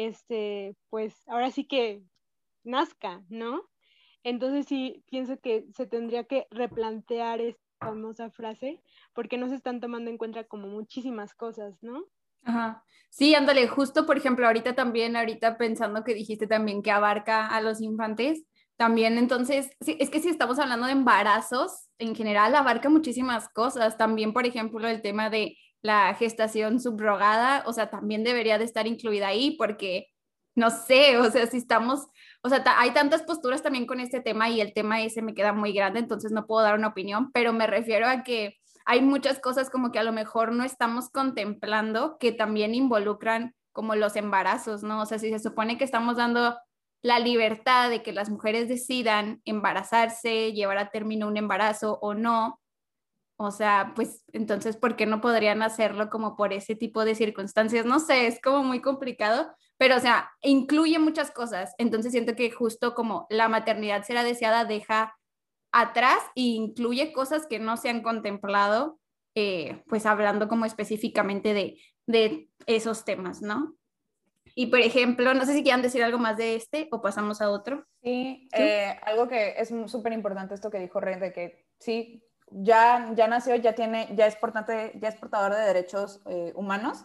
pues ahora sí que nazca, ¿no? Entonces sí pienso que se tendría que replantear esta famosa frase porque no se están tomando en cuenta como muchísimas cosas, ¿no? Ajá. Sí, ándale, justo por ejemplo, ahorita pensando que dijiste también que abarca a los infantes, también entonces, sí, es que si estamos hablando de embarazos, en general abarca muchísimas cosas, también por ejemplo el tema de la gestación subrogada, o sea, también debería de estar incluida ahí porque, no sé, o sea, si estamos, o sea, hay tantas posturas también con este tema y el tema ese me queda muy grande, entonces no puedo dar una opinión, pero me refiero a que hay muchas cosas como que a lo mejor no estamos contemplando que también involucran como los embarazos, ¿no? O sea, si se supone que estamos dando la libertad de que las mujeres decidan embarazarse, llevar a término un embarazo o no, o sea, pues entonces, ¿por qué no podrían hacerlo como por ese tipo de circunstancias? No sé, es como muy complicado, pero o sea, incluye muchas cosas. Entonces siento que justo como la maternidad será deseada deja atrás e incluye cosas que no se han contemplado, pues hablando como específicamente de esos temas, ¿no? Y por ejemplo, no sé si quieran decir algo más de este o pasamos a otro. Sí, ¿Tú? algo que es súper importante esto que dijo Ren, de que sí, ya nació, ya es portante, ya es portador de derechos humanos,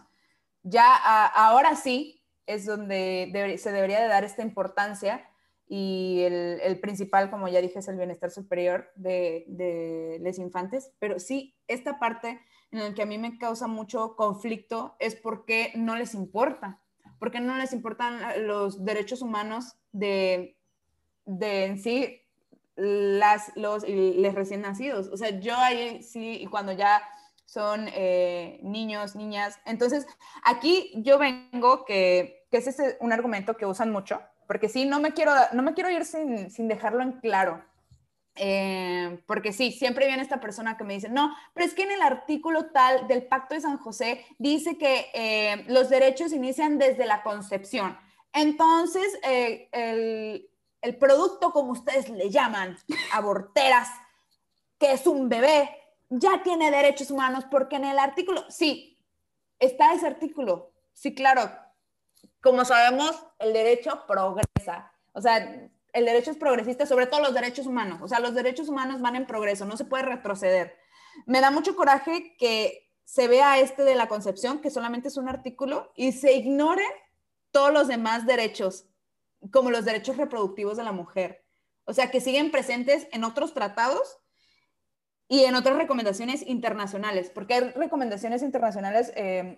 ahora sí es donde se debería de dar esta importancia y el principal, como ya dije, es el bienestar superior de los infantes, pero sí, esta parte en la que a mí me causa mucho conflicto es porque no les importa, porque no les importan los derechos humanos de en sí los recién nacidos. O sea, yo ahí sí, y cuando ya son niños, niñas. Entonces, aquí yo vengo, que es un argumento que usan mucho, porque sí, no me quiero ir sin dejarlo en claro. Porque sí, siempre viene esta persona que me dice, no, pero es que en el artículo tal del Pacto de San José dice que los derechos inician desde la concepción. Entonces, el producto, como ustedes le llaman, aborteras, que es un bebé, ya tiene derechos humanos porque en el artículo, sí, está ese artículo. Sí, claro, como sabemos, el derecho progresa. O sea, el derecho es progresista, sobre todo los derechos humanos. O sea, los derechos humanos van en progreso, no se puede retroceder. Me da mucho coraje que se vea de la concepción, que solamente es un artículo, y se ignoren todos los demás derechos, como los derechos reproductivos de la mujer. O sea, que siguen presentes en otros tratados y en otras recomendaciones internacionales, porque hay recomendaciones internacionales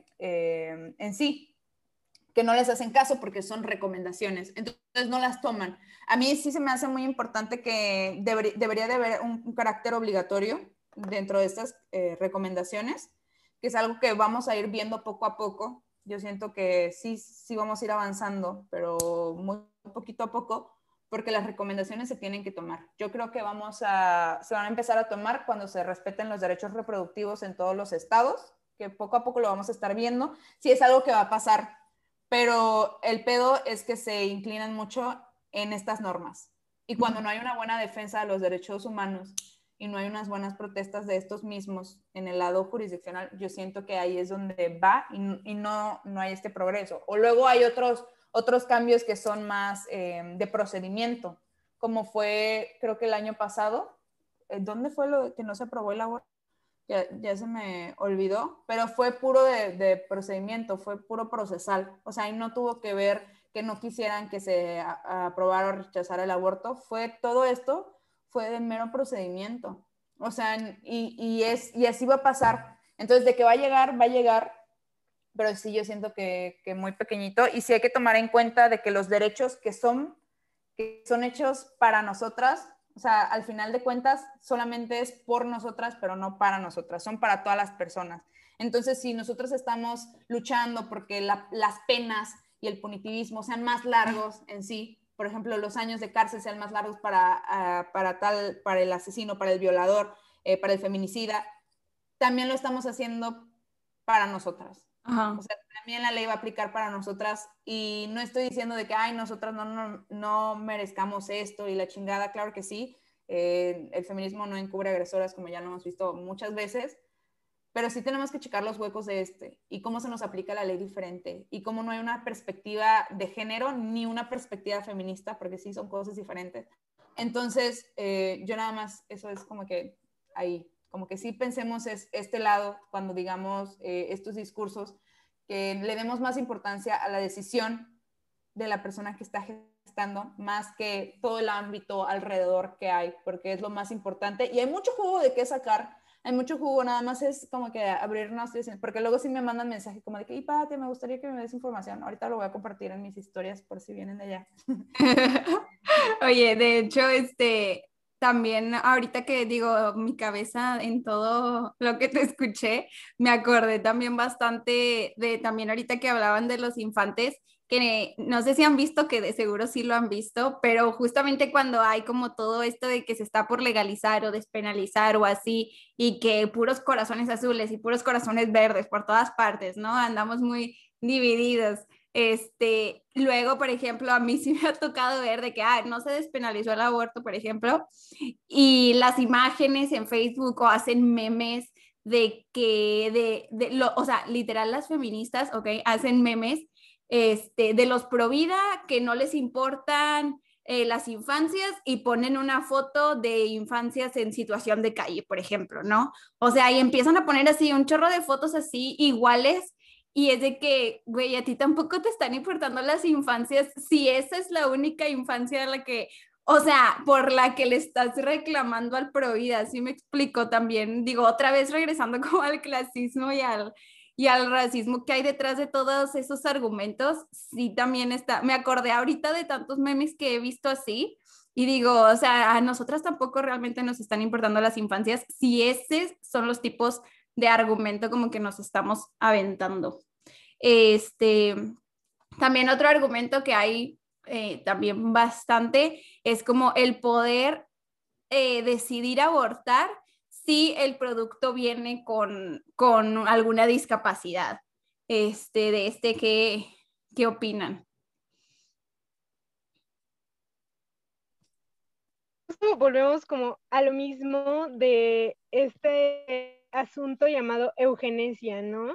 en sí que no les hacen caso porque son recomendaciones, entonces no las toman. A mí sí se me hace muy importante que debería de haber un carácter obligatorio dentro de estas recomendaciones, que es algo que vamos a ir viendo poco a poco. Yo siento que sí vamos a ir avanzando, pero muy poquito a poco, porque las recomendaciones se tienen que tomar. Yo creo que se van a empezar a tomar cuando se respeten los derechos reproductivos en todos los estados, que poco a poco lo vamos a estar viendo. Sí es algo que va a pasar, pero el pedo es que se inclinan mucho en estas normas. Y cuando no hay una buena defensa de los derechos humanos y no hay unas buenas protestas de estos mismos en el lado jurisdiccional, yo siento que ahí es donde va y no hay este progreso. O luego hay otros cambios que son más de procedimiento, como fue, creo que el año pasado, ¿dónde fue lo que no se aprobó el aborto? Ya se me olvidó, pero fue puro de procedimiento, fue puro procesal. O sea, ahí no tuvo que ver que no quisieran que se aprobara o rechazara el aborto, todo esto fue de mero procedimiento. O sea, y así va a pasar. Entonces, de que va a llegar, pero sí yo siento que muy pequeñito, y sí hay que tomar en cuenta de que los derechos que son hechos para nosotras, o sea, al final de cuentas solamente es por nosotras, pero no para nosotras, son para todas las personas. Entonces, si nosotros estamos luchando porque las penas y el punitivismo sean más largos en sí, por ejemplo, los años de cárcel sean más largos para el asesino, para el violador, para el feminicida, también lo estamos haciendo para nosotras. Ajá. O sea, también la ley va a aplicar para nosotras, y no estoy diciendo de que, ay, nosotras no merezcamos esto y la chingada, claro que sí. El feminismo no encubre agresoras, como ya lo hemos visto muchas veces, pero sí tenemos que checar los huecos de y cómo se nos aplica la ley diferente, y cómo no hay una perspectiva de género ni una perspectiva feminista, porque sí son cosas diferentes. Entonces, yo nada más, eso es como que ahí, como que sí pensemos este lado cuando digamos estos discursos, que le demos más importancia a la decisión de la persona que está gestando, más que todo el ámbito alrededor que hay, porque es lo más importante, y hay mucho jugo de qué sacar, hay mucho jugo, nada más es como que abrirnos, porque luego sí me mandan mensaje como de que, y Pati, me gustaría que me des información, ahorita lo voy a compartir en mis historias por si vienen de allá. Oye, de hecho, también ahorita que digo mi cabeza en todo lo que te escuché, me acordé también bastante de también ahorita que hablaban de los infantes, que no sé si han visto, que de seguro sí lo han visto, pero justamente cuando hay como todo esto de que se está por legalizar o despenalizar o así, y que puros corazones azules y puros corazones verdes por todas partes, ¿no? Andamos muy divididos. Luego, por ejemplo, a mí sí me ha tocado ver de que no se despenalizó el aborto, por ejemplo, y las imágenes en Facebook o hacen memes de que, o sea, literal las feministas, ok, hacen memes de los pro vida que no les importan las infancias, y ponen una foto de infancias en situación de calle, por ejemplo, ¿no? O sea, y empiezan a poner así un chorro de fotos así iguales. Y es de que, güey, a ti tampoco te están importando las infancias si esa es la única infancia a la que, o sea, por la que le estás reclamando al provida, ¿sí me explico? También, digo, otra vez regresando como al clasismo y al racismo que hay detrás de todos esos argumentos, sí también está, me acordé ahorita de tantos memes que he visto así, y digo, o sea, a nosotras tampoco realmente nos están importando las infancias si esos son los tipos de argumento como que nos estamos aventando. Este, También otro argumento que hay también bastante es como el poder decidir abortar si el producto viene con alguna discapacidad. ¿Qué opinan? Volvemos como a lo mismo de este asunto llamado eugenesia, ¿no?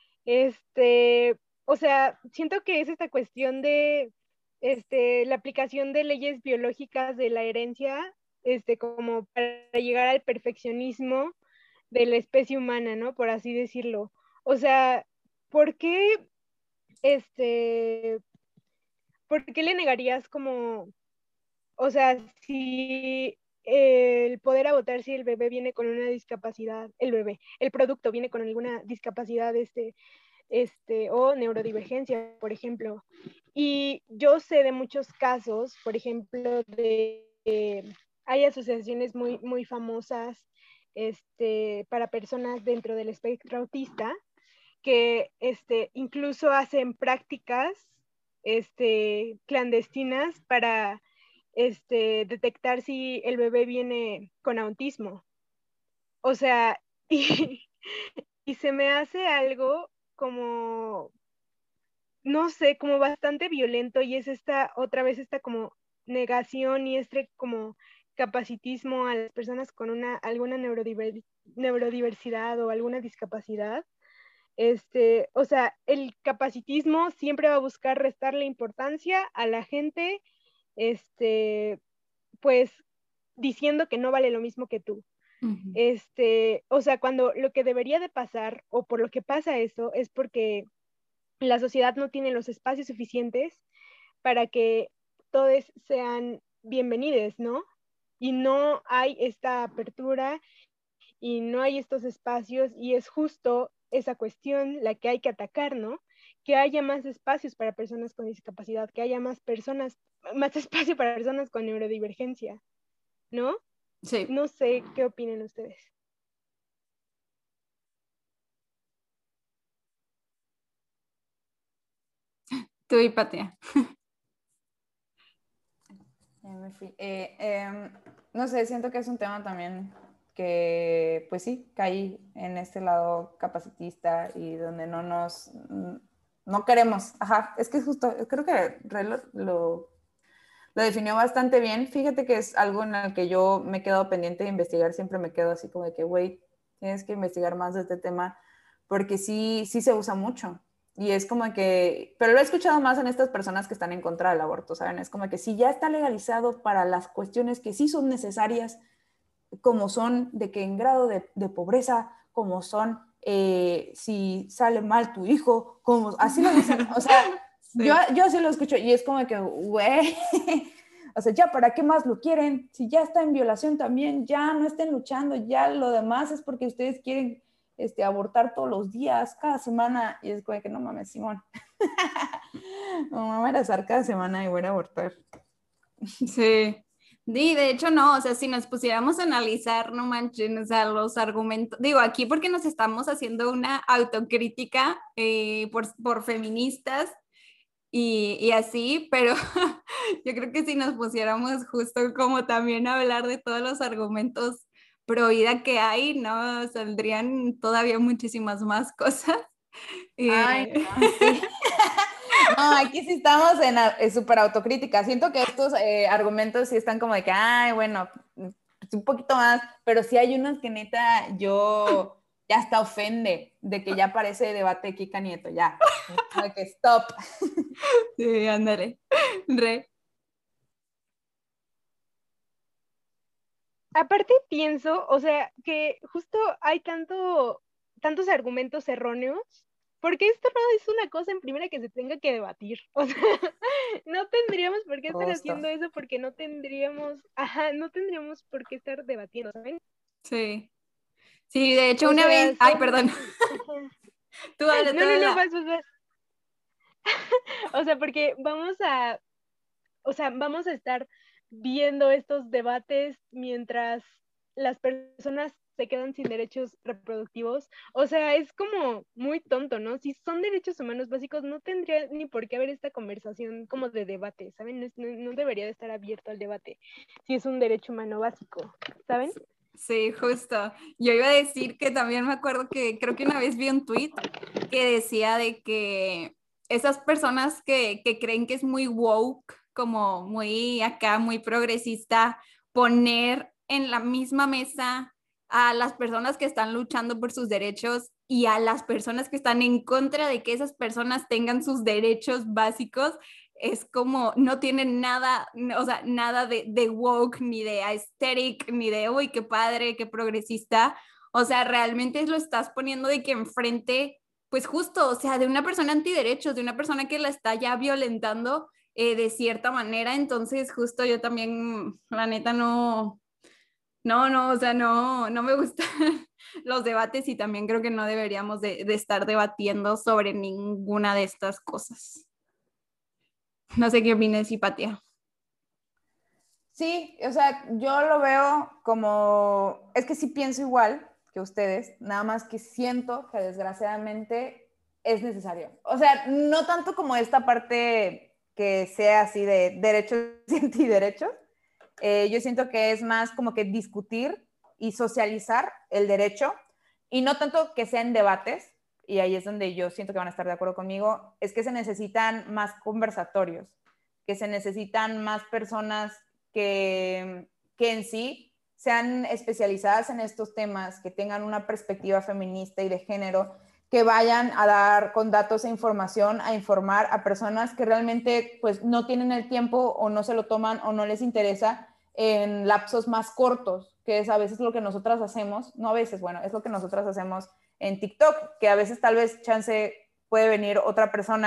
O sea, siento que es esta cuestión de la aplicación de leyes biológicas de la herencia, como para llegar al perfeccionismo de la especie humana, ¿no? Por así decirlo. O sea, ¿por qué, por qué le negarías como, o sea, si el poder abortar si el bebé viene con una discapacidad, el producto viene con alguna discapacidad, o neurodivergencia, por ejemplo? Y yo sé de muchos casos, por ejemplo, hay asociaciones muy, muy famosas para personas dentro del espectro autista que incluso hacen prácticas clandestinas para detectar si el bebé viene con autismo. O sea, y se me hace algo como, no sé, como bastante violento, y es otra vez esta como negación y como capacitismo a las personas con alguna neurodiversidad o alguna discapacidad. O sea, el capacitismo siempre va a buscar restarle importancia a la gente, pues diciendo que no vale lo mismo que tú. O sea, cuando lo que debería de pasar, o por lo que pasa eso, es porque la sociedad no tiene los espacios suficientes para que todos sean bienvenidos, ¿no? Y no hay esta apertura y no hay estos espacios y es justo esa cuestión la que hay que atacar, ¿no? Que haya más espacios para personas con discapacidad, que haya más personas, más espacio para personas con neurodivergencia, ¿no? Sí. No sé qué opinen ustedes. Tú, Hipatia. Me fui. No sé, siento que es un tema también que, pues sí, caí en este lado capacitista y donde no queremos. Ajá, es que justo, creo que Ray lo definió bastante bien. Fíjate que es algo en el que yo me he quedado pendiente de investigar, siempre me quedo así como de que, güey, tienes que investigar más de este tema, porque sí se usa mucho. Y es como que, pero lo he escuchado más en estas personas que están en contra del aborto, ¿saben? Es como que si ya está legalizado para las cuestiones que sí son necesarias, como son de que en grado de pobreza, como son si sale mal tu hijo, como así lo dicen, o sea, Sí. yo así lo escucho y es como que, güey, o sea, ya para qué más lo quieren, si ya está en violación también, ya no estén luchando, ya lo demás es porque ustedes quieren abortar todos los días, cada semana, y es como que no mames, Simón, no mames, cada semana y voy a abortar. Sí. Y de hecho no, o sea, si nos pusiéramos a analizar, no manchen, o sea, los argumentos, digo aquí porque nos estamos haciendo una autocrítica por feministas y así, pero yo creo que si nos pusiéramos justo como también a hablar de todos los argumentos pro vida que hay, ¿no? Saldrían todavía muchísimas más cosas. Ay, no, sí. No, aquí sí estamos en súper autocrítica. Siento que estos argumentos sí están como de que, ay, bueno, un poquito más, pero sí hay unos que neta yo ya hasta ofende de que ya parece debate Kika Nieto, ya. De que stop. Sí, ándale. Re. Aparte pienso, o sea, que justo hay tantos argumentos erróneos, porque esto no es una cosa en primera que se tenga que debatir. O sea, no tendríamos por qué estar Justo. haciendo eso porque no tendríamos, ajá, no tendríamos por qué estar debatiendo, ¿saben? Sí. Sí, de hecho O una sea, vez, ay, perdón, ajá. tú No, habla. vas. O sea, porque vamos a estar viendo estos debates mientras las personas se quedan sin derechos reproductivos. O sea, es como muy tonto, ¿no? Si son derechos humanos básicos, no tendría ni por qué haber esta conversación como de debate, ¿saben? No debería de estar abierto al debate si es un derecho humano básico, ¿saben? Sí, justo. Yo iba a decir que también me acuerdo que creo que una vez vi un tweet que decía de que esas personas que creen que es muy woke, como muy acá, muy progresista, poner en la misma mesa a las personas que están luchando por sus derechos y a las personas que están en contra de que esas personas tengan sus derechos básicos, es como no tienen nada, o sea, nada de woke, ni de aesthetic, ni de, uy, qué padre, qué progresista. O sea, realmente lo estás poniendo de que enfrente, pues justo, o sea, de una persona antiderechos, de una persona que la está ya violentando de cierta manera. Entonces, justo yo también, la neta, no, o sea, no me gustan los debates y también creo que no deberíamos de estar debatiendo sobre ninguna de estas cosas. No sé qué opinas, Hipatia. Sí, o sea, yo lo veo como, es que sí pienso igual que ustedes, nada más que siento que desgraciadamente es necesario. O sea, no tanto como esta parte que sea así de derechos y antiderechos, yo siento que es más como que discutir y socializar el derecho y no tanto que sean debates, y ahí es donde yo siento que van a estar de acuerdo conmigo, es que se necesitan más conversatorios, que se necesitan más personas que en sí sean especializadas en estos temas, que tengan una perspectiva feminista y de género, que vayan a dar con datos e información, a informar a personas que realmente pues no tienen el tiempo o no se lo toman o no les interesa en lapsos más cortos, que es a veces lo que nosotras hacemos, no a veces, bueno, es lo que nosotras hacemos en TikTok, que a veces tal vez chance puede venir otra persona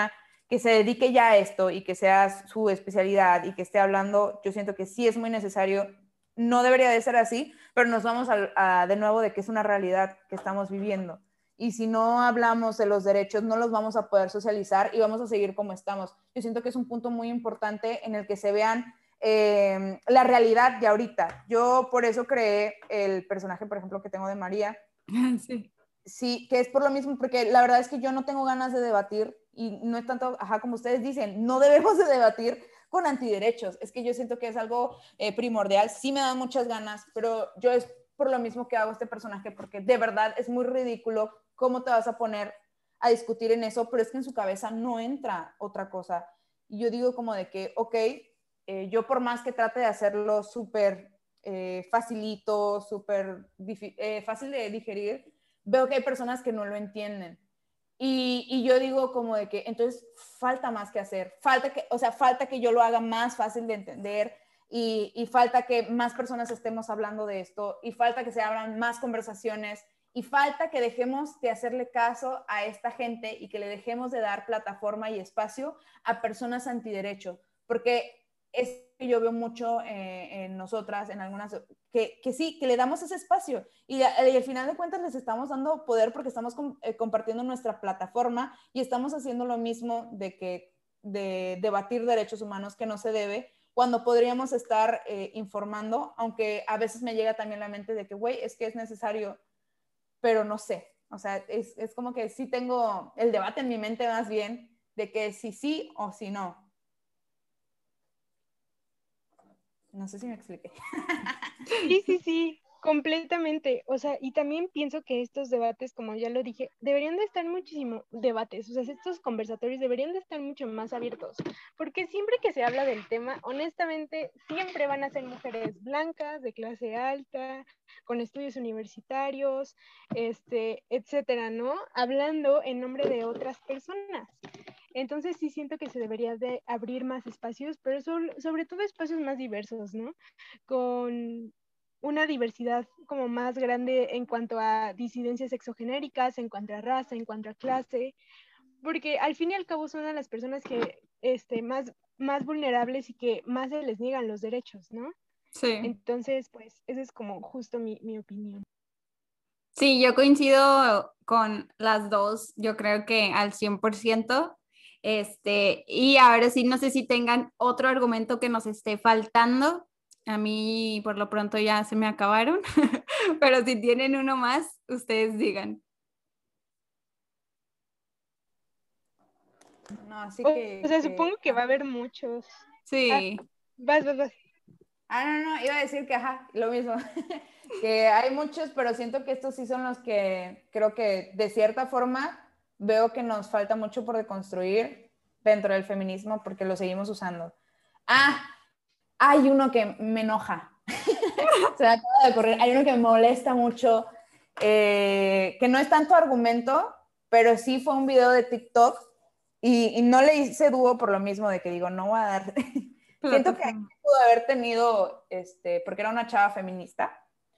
que se dedique ya a esto y que sea su especialidad y que esté hablando, yo siento que sí es muy necesario. No debería de ser así, pero nos vamos de nuevo de que es una realidad que estamos viviendo. Y si no hablamos de los derechos, no los vamos a poder socializar y vamos a seguir como estamos. Yo siento que es un punto muy importante en el que se vean la realidad de ahorita. Yo por eso creé el personaje, por ejemplo, que tengo de María. Sí. Sí, que es por lo mismo, porque la verdad es que yo no tengo ganas de debatir y no es tanto, ajá, como ustedes dicen, no debemos de debatir con antiderechos. Es que yo siento que es algo primordial. Sí me dan muchas ganas, pero yo es por lo mismo que hago este personaje, porque de verdad es muy ridículo cómo te vas a poner a discutir en eso, pero es que en su cabeza no entra otra cosa. Y yo digo como de que, ok, yo por más que trate de hacerlo súper facilito, súper fácil de digerir, veo que hay personas que no lo entienden. Y yo digo como de que entonces falta más que hacer, falta que yo lo haga más fácil de entender y falta que más personas estemos hablando de esto y falta que se abran más conversaciones y falta que dejemos de hacerle caso a esta gente y que le dejemos de dar plataforma y espacio a personas antiderecho, porque es que yo veo mucho en nosotras, en algunas, que sí, que le damos ese espacio y al final de cuentas les estamos dando poder porque estamos compartiendo nuestra plataforma y estamos haciendo lo mismo de debatir derechos humanos que no se debe, cuando podríamos estar informando, aunque a veces me llega también la mente de que, güey, es que es necesario, pero no sé, o sea, es como que sí tengo el debate en mi mente más bien de que si sí o si no. No sé si me expliqué. Sí, sí, sí, completamente. O sea, y también pienso que estos debates, como ya lo dije, deberían de estar muchísimo debates, o sea, estos conversatorios deberían de estar mucho más abiertos, porque siempre que se habla del tema, honestamente, siempre van a ser mujeres blancas, de clase alta, con estudios universitarios, etcétera, ¿no? Hablando en nombre de otras personas. Entonces sí siento que se debería de abrir más espacios, pero sobre todo espacios más diversos, ¿no? Con una diversidad como más grande en cuanto a disidencias exogenéricas, en cuanto a raza, en cuanto a clase, porque al fin y al cabo son a las personas que más vulnerables y que más se les niegan los derechos, ¿no? Sí. Entonces, pues, esa es como justo mi opinión. Sí, yo coincido con las dos, yo creo que al 100%. Y ahora sí, no sé si tengan otro argumento que nos esté faltando. A mí por lo pronto ya se me acabaron, pero si tienen uno más, ustedes digan. No, así O sea, supongo que va a haber muchos. Ah, Sí. vas. No, iba a decir que, ajá, lo mismo, que hay muchos, pero siento que estos sí son los que creo que de cierta forma veo que nos falta mucho por deconstruir dentro del feminismo porque lo seguimos usando. Ah, hay uno que me enoja, se me acaba de ocurrir, hay uno que me molesta mucho, que no es tanto argumento, pero sí fue un video de TikTok y no le hice dúo por lo mismo de que digo, no voy a dar... Siento que pudo haber tenido, porque era una chava feminista.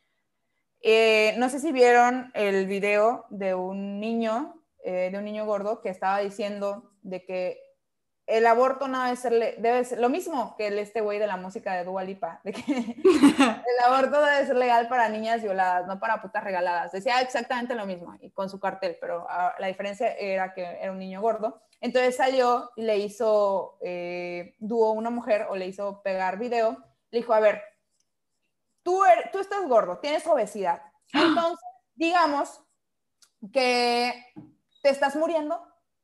No sé si vieron el video de un niño gordo que estaba diciendo de que el aborto no debe ser lo mismo que este güey de la música de Dua Lipa, de que el aborto debe ser legal para niñas violadas, no para putas regaladas. Decía exactamente lo mismo y con su cartel, pero la diferencia era que era un niño gordo. Entonces salió y le hizo dúo una mujer o le hizo pegar video. Le dijo, a ver, tú estás gordo, tienes obesidad. Entonces, digamos que te estás muriendo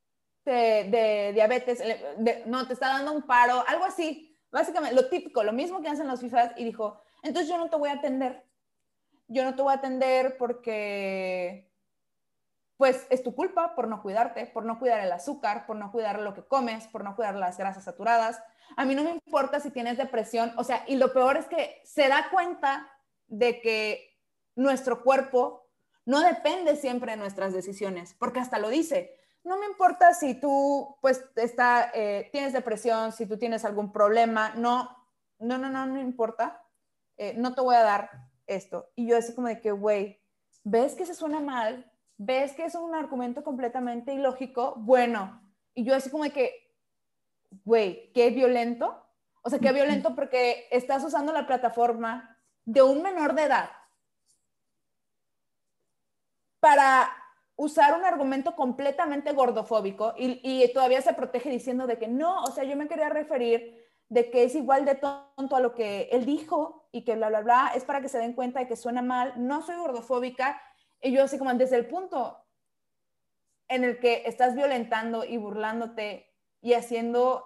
de diabetes, no, te está dando un paro, algo así. Básicamente, lo típico, lo mismo que hacen los FIFAs. Y dijo, entonces yo no te voy a atender. Yo no te voy a atender porque pues es tu culpa por no cuidarte, por no cuidar el azúcar, por no cuidar lo que comes, por no cuidar las grasas saturadas. A mí no me importa si tienes depresión, o sea, y lo peor es que se da cuenta de que nuestro cuerpo no depende siempre de nuestras decisiones, porque hasta lo dice. No me importa si tú pues tienes depresión, si tú tienes algún problema, no importa, no te voy a dar esto. Y yo así como de que, güey, ¿ves que se suena mal? ¿Ves que es un argumento completamente ilógico? Bueno, y yo así como de que güey, qué violento. O sea, qué violento porque estás usando la plataforma de un menor de edad para usar un argumento completamente gordofóbico y todavía se protege diciendo de que no, o sea, yo me quería referir de que es igual de tonto a lo que él dijo y que bla, bla, bla, es para que se den cuenta de que suena mal, no soy gordofóbica. Y yo así como desde el punto en el que estás violentando y burlándote y haciendo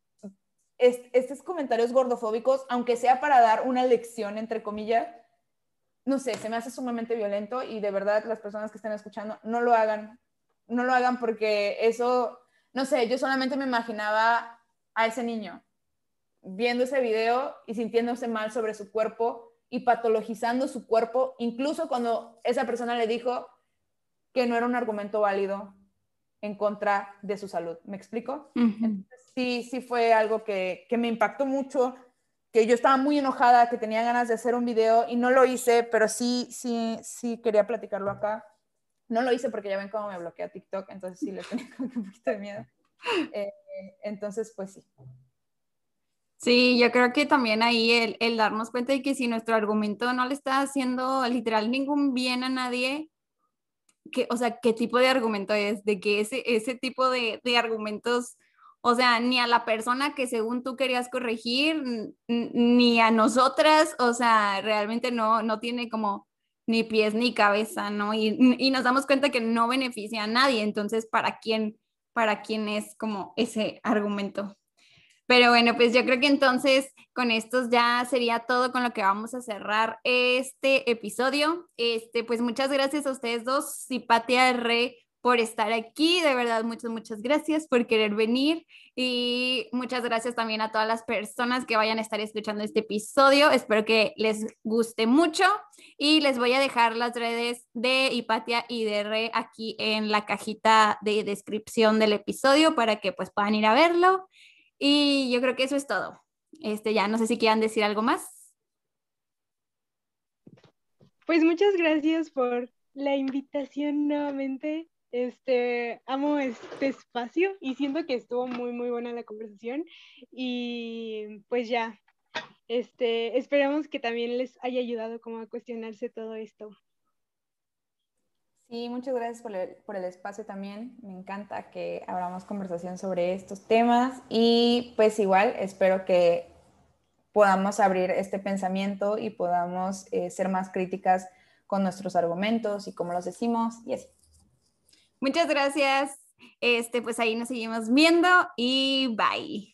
estos comentarios gordofóbicos, aunque sea para dar una lección, entre comillas, no sé, se me hace sumamente violento y de verdad las personas que estén escuchando no lo hagan, no lo hagan porque eso, no sé, yo solamente me imaginaba a ese niño viendo ese video y sintiéndose mal sobre su cuerpo y patologizando su cuerpo, incluso cuando esa persona le dijo que no era un argumento válido en contra de su salud. ¿Me explico? Entonces, sí fue algo que me impactó mucho, que yo estaba muy enojada, que tenía ganas de hacer un video y no lo hice, pero sí quería platicarlo acá. No lo hice porque ya ven cómo me bloquea TikTok, entonces sí le tenía como que un poquito de miedo. Entonces, pues sí. Sí, yo creo que también ahí el darnos cuenta de que si nuestro argumento no le está haciendo literal ningún bien a nadie, que, o sea, qué tipo de argumento es, de que ese tipo de argumentos, o sea, ni a la persona que según tú querías corregir, ni a nosotras, o sea, realmente no tiene como ni pies ni cabeza, ¿no? Y nos damos cuenta que no beneficia a nadie, entonces, para quién es como ese argumento? Pero bueno, pues yo creo que entonces con estos ya sería todo con lo que vamos a cerrar este episodio. Pues muchas gracias a ustedes dos, Hipatia Re, por estar aquí. De verdad, muchas gracias por querer venir. Y muchas gracias también a todas las personas que vayan a estar escuchando este episodio. Espero que les guste mucho. Y les voy a dejar las redes de Hipatia y de Re aquí en la cajita de descripción del episodio para que pues puedan ir a verlo. Y yo creo que eso es todo. Ya no sé si quieran decir algo más. Pues muchas gracias por la invitación nuevamente. Amo este espacio y siento que estuvo muy buena la conversación y pues ya, esperamos que también les haya ayudado como a cuestionarse todo esto. Sí, muchas gracias por el espacio también. Me encanta que abramos conversación sobre estos temas y pues igual espero que podamos abrir este pensamiento y podamos ser más críticas con nuestros argumentos y cómo los decimos y así. Muchas gracias. Pues ahí nos seguimos viendo y bye.